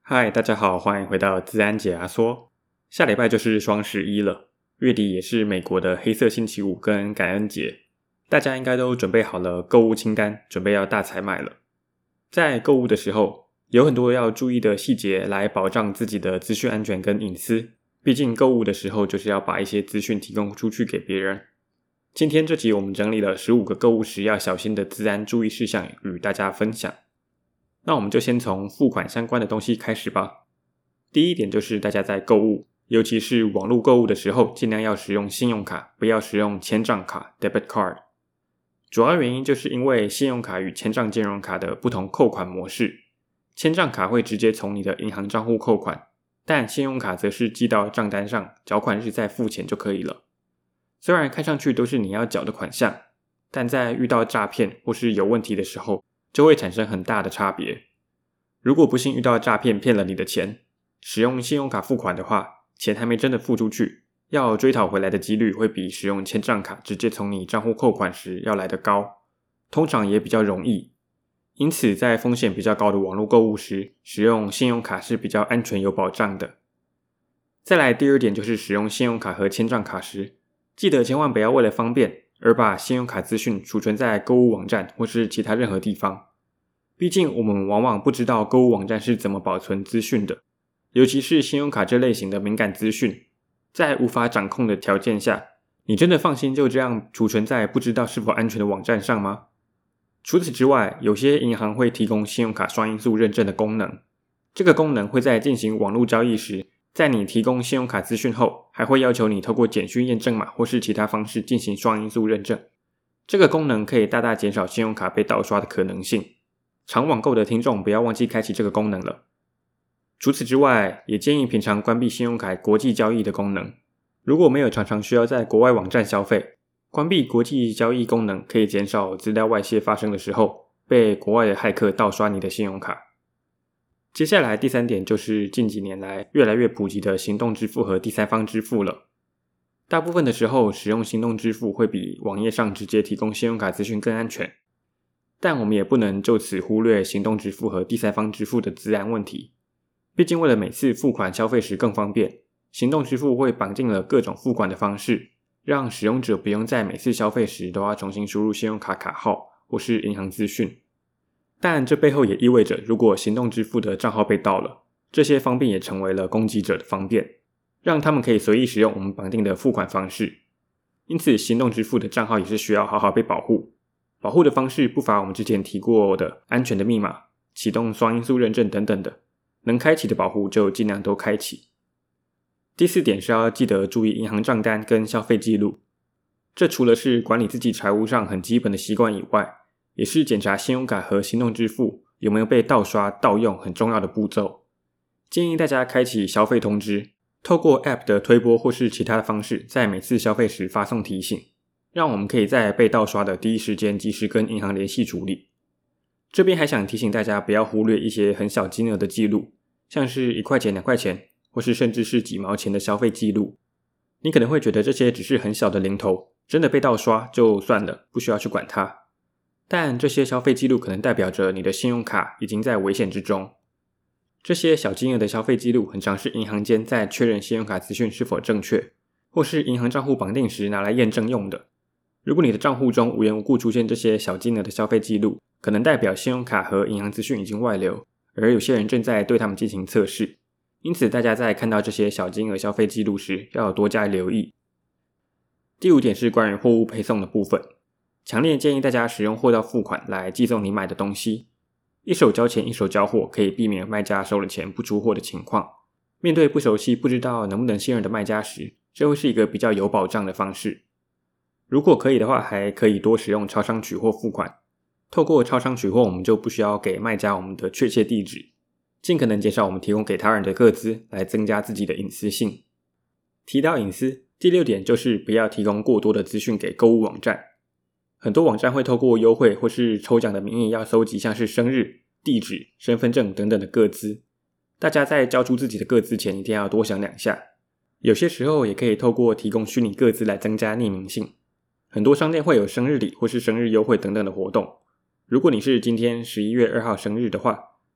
嗨，大家好，欢迎回到资安解压缩。下礼拜就是双11了，月底也是美国的黑色星期五跟感恩节，大家应该都准备好了购物清单，准备要大采买了。在购物的时候，有很多要注意的细节来保障自己的资讯安全跟隐私，毕竟购物的时候就是要把一些资讯提供出去给别人。今天这集我们整理了15个购物时要小心的资安注意事项与大家分享。那我们就先从付款相关的东西开始吧。第一点就是大家在购物，尤其是网络购物的时候，尽量要使用信用卡，不要使用签账卡 debit card。 主要原因就是因为信用卡与签账金融卡的不同扣款模式，签账卡会直接从你的银行账户扣款，但信用卡则是寄到账单上，缴款日再付钱就可以了。虽然看上去都是你要缴的款项，但在遇到诈骗或是有问题的时候，就会产生很大的差别。如果不幸遇到诈骗骗了你的钱，使用信用卡付款的话，钱还没真的付出去，要追讨回来的几率会比使用签账卡直接从你账户扣款时要来得高，通常也比较容易。因此在风险比较高的网络购物时，使用信用卡是比较安全有保障的。再来第二点就是使用信用卡和签账卡时，记得千万不要为了方便而把信用卡资讯储存在购物网站或是其他任何地方。毕竟我们往往不知道购物网站是怎么保存资讯的，尤其是信用卡这类型的敏感资讯，在无法掌控的条件下，你真的放心就这样储存在不知道是否安全的网站上吗？除此之外，有些银行会提供信用卡双因素认证的功能，这个功能会在进行网络交易时，在你提供信用卡资讯后，还会要求你透过简讯验证码或是其他方式进行双因素认证。这个功能可以大大减少信用卡被盗刷的可能性。常网购的听众不要忘记开启这个功能了。除此之外，也建议平常关闭信用卡国际交易的功能。如果没有常常需要在国外网站消费，关闭国际交易功能可以减少资料外泄发生的时候，被国外的骇客盗刷你的信用卡。接下来第三点就是近几年来越来越普及的行动支付和第三方支付了。大部分的时候使用行动支付会比网页上直接提供信用卡资讯更安全，但我们也不能就此忽略行动支付和第三方支付的资安问题。毕竟为了每次付款消费时更方便，行动支付会绑定了各种付款的方式，让使用者不用在每次消费时都要重新输入信用卡卡号或是银行资讯。但这背后也意味着，如果行动支付的账号被盗了，这些方便也成为了攻击者的方便，让他们可以随意使用我们绑定的付款方式。因此行动支付的账号也是需要好好被保护。保护的方式不乏我们之前提过的安全的密码、启动双因素认证等等的，能开启的保护就尽量都开启。第四点是要记得注意银行账单跟消费记录，这除了是管理自己财务上很基本的习惯以外，也是检查信用卡和行动支付有没有被盗刷盗用很重要的步骤。建议大家开启消费通知，透过 App 的推播或是其他的方式，在每次消费时发送提醒，让我们可以在被盗刷的第一时间及时跟银行联系处理。这边还想提醒大家不要忽略一些很小金额的记录，像是1块钱、2块钱，或是甚至是几毛钱的消费记录。你可能会觉得这些只是很小的零头，真的被盗刷就算了，不需要去管它。但这些消费记录可能代表着你的信用卡已经在危险之中。这些小金额的消费记录很常是银行间在确认信用卡资讯是否正确，或是银行账户绑定时拿来验证用的。如果你的账户中无缘无故出现这些小金额的消费记录，可能代表信用卡和银行资讯已经外流，而有些人正在对他们进行测试。因此大家在看到这些小金额消费记录时，要多加留意。第五点是关于货物配送的部分，强烈建议大家使用货到付款来寄送你买的东西，一手交钱一手交货，可以避免卖家收了钱不出货的情况。面对不熟悉不知道能不能信任的卖家时，这会是一个比较有保障的方式。如果可以的话，还可以多使用超商取货付款。透过超商取货，我们就不需要给卖家我们的确切地址，尽可能减少我们提供给他人的个资，来增加自己的隐私性。提到隐私，第6点就是不要提供过多的资讯给购物网站。很多网站会透过优惠或是抽奖的名义要搜集像是生日、地址、身份证等等的个资。大家在交出自己的个资前一定要多想2下。有些时候也可以透过提供虚拟个资来增加匿名性。很多商店会有生日礼或是生日优惠等等的活动。如果你是今天11月2号生日的话，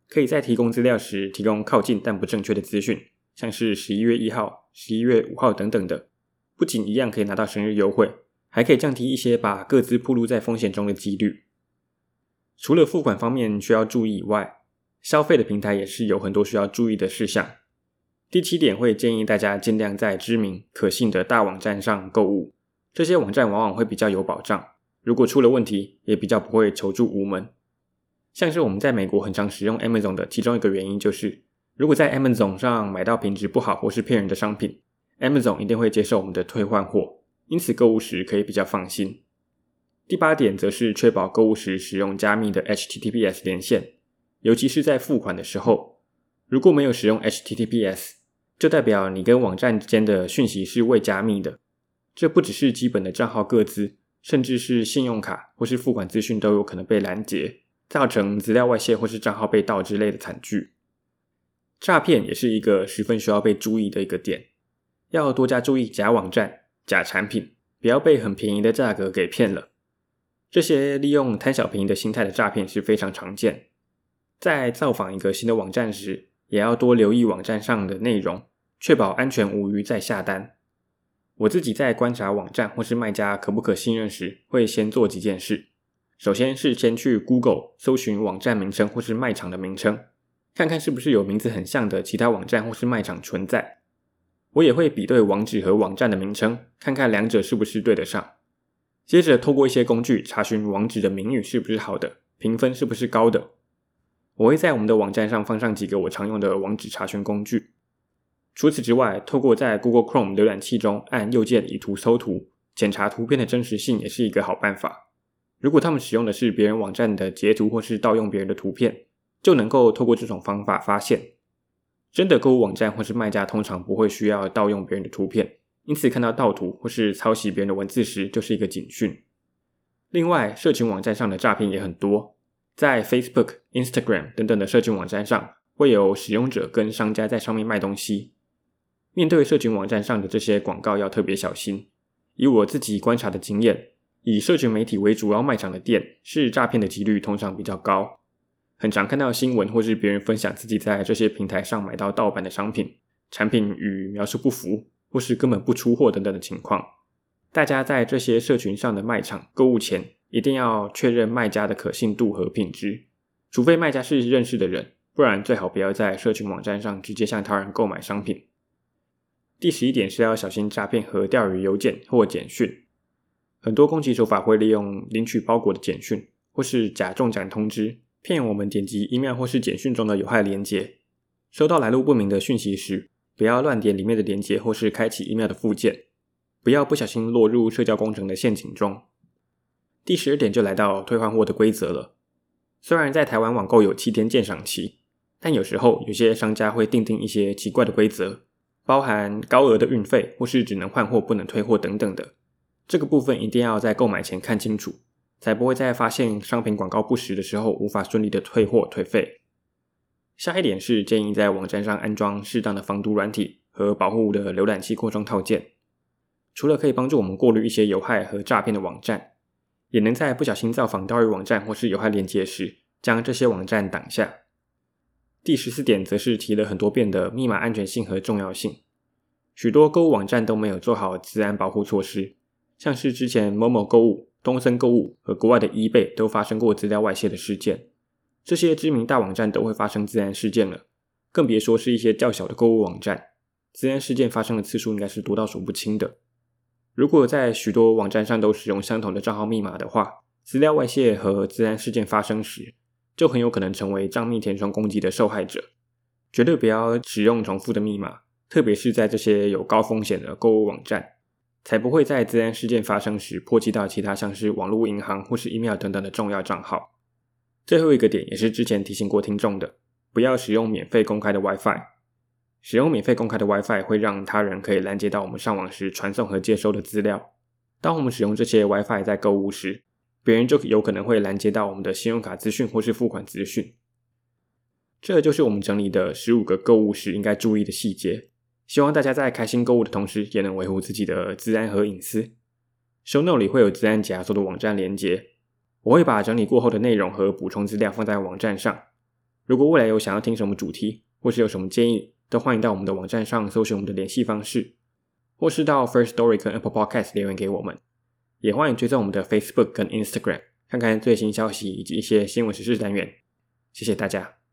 可以在提供资料时提供靠近但不正确的资讯，像是11月1号、11月5号等等的，不仅一样可以拿到生日优惠，还可以降低一些把个资暴露在风险中的几率。除了付款方面需要注意以外，消费的平台也是有很多需要注意的事项。第7点会建议大家尽量在知名可信的大网站上购物，这些网站往往会比较有保障，如果出了问题也比较不会求助无门。像是我们在美国很常使用 Amazon 的其中一个原因就是，如果在 Amazon 上买到品质不好或是骗人的商品， Amazon 一定会接受我们的退换货，因此购物时可以比较放心。第8点则是确保购物时使用加密的 HTTPS 连线，尤其是在付款的时候，如果没有使用 HTTPS， 就代表你跟网站之间的讯息是未加密的，这不只是基本的账号个资，甚至是信用卡或是付款资讯都有可能被拦截，造成资料外泄或是账号被盗之类的惨剧。诈骗也是一个十分需要被注意的一个点，要多加注意假网站、假产品，不要被很便宜的价格给骗了。这些利用贪小便宜的心态的诈骗是非常常见，在造访一个新的网站时，也要多留意网站上的内容，确保安全无虞再下单。我自己在观察网站或是卖家可不可信任时，会先做几件事。首先是先去 Google 搜寻网站名称或是卖场的名称，看看是不是有名字很像的其他网站或是卖场存在。我也会比对网址和网站的名称，看看两者是不是对得上。接着透过一些工具查询网址的名誉是不是好的，评分是不是高的。我会在我们的网站上放上几个我常用的网址查询工具。除此之外，透过在 Google Chrome 浏览器中按右键以图搜图，检查图片的真实性也是一个好办法。如果他们使用的是别人网站的截图或是盗用别人的图片，就能够透过这种方法发现。真的购物网站或是卖家通常不会需要盗用别人的图片，因此看到盗图或是抄袭别人的文字时就是一个警讯。另外，社群网站上的诈骗也很多，在 Facebook、Instagram 等等的社群网站上，会有使用者跟商家在上面卖东西。面对社群网站上的这些广告要特别小心。以我自己观察的经验，以社群媒体为主要卖场的店，是诈骗的几率通常比较高。很常看到新闻或是别人分享自己在这些平台上买到盗版的商品，产品与描述不符，或是根本不出货等等的情况。大家在这些社群上的卖场购物前，一定要确认卖家的可信度和品质，除非卖家是认识的人，不然最好不要在社群网站上直接向他人购买商品。第11点是要小心诈骗和钓鱼邮件或简讯。很多攻击手法会利用领取包裹的简讯或是假中奖通知，骗我们点击 email 或是简讯中的有害连结。收到来路不明的讯息时，不要乱点里面的连结或是开启 email 的附件，不要不小心落入社交工程的陷阱中。第12点就来到退换货的规则了。虽然在台湾网购有7天鉴赏期，但有时候有些商家会订定一些奇怪的规则，包含高额的运费或是只能换货不能退货等等的。这个部分一定要在购买前看清楚，才不会在发现商品广告不实的时候无法顺利的退货退费。下一点是建议在网站上安装适当的防毒软体和保护的浏览器扩充套件，除了可以帮助我们过滤一些有害和诈骗的网站，也能在不小心造访盗鱼网站或是有害连结时，将这些网站挡下。第14点则是提了很多遍的密码安全性和重要性。许多购物网站都没有做好资安保护措施，像是之前某某购物、东森购物和国外的 eBay 都发生过资料外泄的事件。这些知名大网站都会发生资安事件了，更别说是一些较小的购物网站，资安事件发生的次数应该是多到数不清的。如果在许多网站上都使用相同的账号密码的话，资料外泄和资安事件发生时，就很有可能成为账密填充攻击的受害者。绝对不要使用重复的密码，特别是在这些有高风险的购物网站，才不会在资安事件发生时波及到其他像是网络银行或是 email 等等的重要账号。最后一个点也是之前提醒过听众的，不要使用免费公开的 Wi-Fi。使用免费公开的 Wi-Fi 会让他人可以拦截到我们上网时传送和接收的资料。当我们使用这些 Wi-Fi 在购物时，别人就有可能会拦截到我们的信用卡资讯或是付款资讯。这就是我们整理的15个购物时应该注意的细节，希望大家在开心购物的同时也能维护自己的资安和隐私。show note 里会有资安解压缩的网站连结，我会把整理过后的内容和补充资料放在网站上。 如果未来有想要听什么主题，或是有什么建议，都欢迎到我们的网站上搜寻我们的联系方式，或是到 Firstory 跟 Apple Podcast 留言给我们。也欢迎追踪我们的 Facebook 跟 Instagram， 看看最新消息以及一些新闻时事单元。谢谢大家。